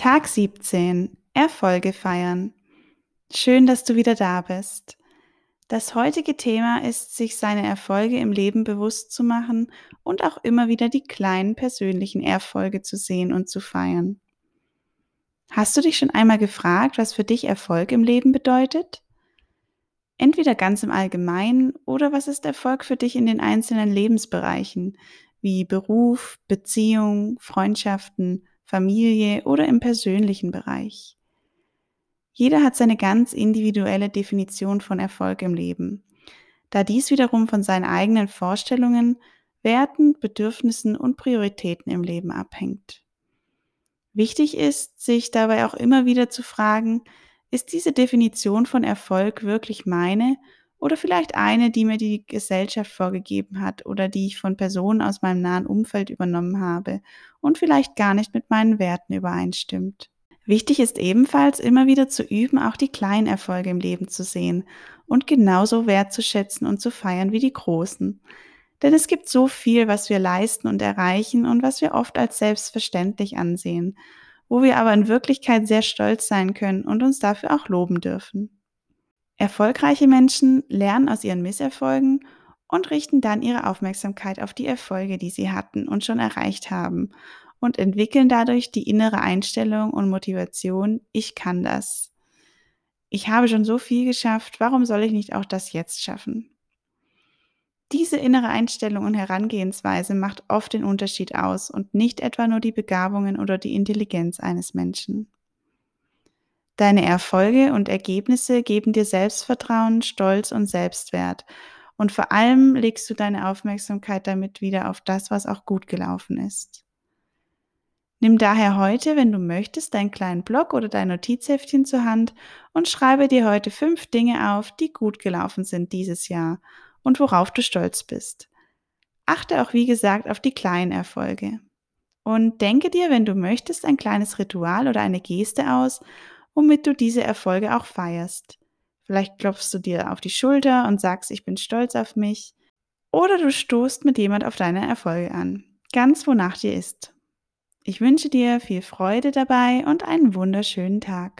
Tag 17. Erfolge feiern. Schön, dass du wieder da bist. Das heutige Thema ist, sich seine Erfolge im Leben bewusst zu machen und auch immer wieder die kleinen persönlichen Erfolge zu sehen und zu feiern. Hast du dich schon einmal gefragt, was für dich Erfolg im Leben bedeutet? Entweder ganz im Allgemeinen oder was ist Erfolg für dich in den einzelnen Lebensbereichen, wie Beruf, Beziehung, Freundschaften, Familie oder im persönlichen Bereich? Jeder hat seine ganz individuelle Definition von Erfolg im Leben, da dies wiederum von seinen eigenen Vorstellungen, Werten, Bedürfnissen und Prioritäten im Leben abhängt. Wichtig ist, sich dabei auch immer wieder zu fragen, ist diese Definition von Erfolg wirklich meine oder vielleicht eine, die mir die Gesellschaft vorgegeben hat oder die ich von Personen aus meinem nahen Umfeld übernommen habe und vielleicht gar nicht mit meinen Werten übereinstimmt. Wichtig ist ebenfalls, immer wieder zu üben, auch die kleinen Erfolge im Leben zu sehen und genauso wertzuschätzen und zu feiern wie die großen. Denn es gibt so viel, was wir leisten und erreichen und was wir oft als selbstverständlich ansehen, wo wir aber in Wirklichkeit sehr stolz sein können und uns dafür auch loben dürfen. Erfolgreiche Menschen lernen aus ihren Misserfolgen und richten dann ihre Aufmerksamkeit auf die Erfolge, die sie hatten und schon erreicht haben und entwickeln dadurch die innere Einstellung und Motivation, ich kann das. Ich habe schon so viel geschafft, warum soll ich nicht auch das jetzt schaffen? Diese innere Einstellung und Herangehensweise macht oft den Unterschied aus und nicht etwa nur die Begabungen oder die Intelligenz eines Menschen. Deine Erfolge und Ergebnisse geben dir Selbstvertrauen, Stolz und Selbstwert. Und vor allem legst du deine Aufmerksamkeit damit wieder auf das, was auch gut gelaufen ist. Nimm daher heute, wenn du möchtest, deinen kleinen Block oder dein Notizheftchen zur Hand und schreibe dir heute 5 Dinge auf, die gut gelaufen sind dieses Jahr und worauf du stolz bist. Achte auch, wie gesagt, auf die kleinen Erfolge. Und denke dir, wenn du möchtest, ein kleines Ritual oder eine Geste aus, womit du diese Erfolge auch feierst. Vielleicht klopfst du dir auf die Schulter und sagst, ich bin stolz auf mich. Oder du stoßt mit jemand auf deine Erfolge an. Ganz wonach dir ist. Ich wünsche dir viel Freude dabei und einen wunderschönen Tag.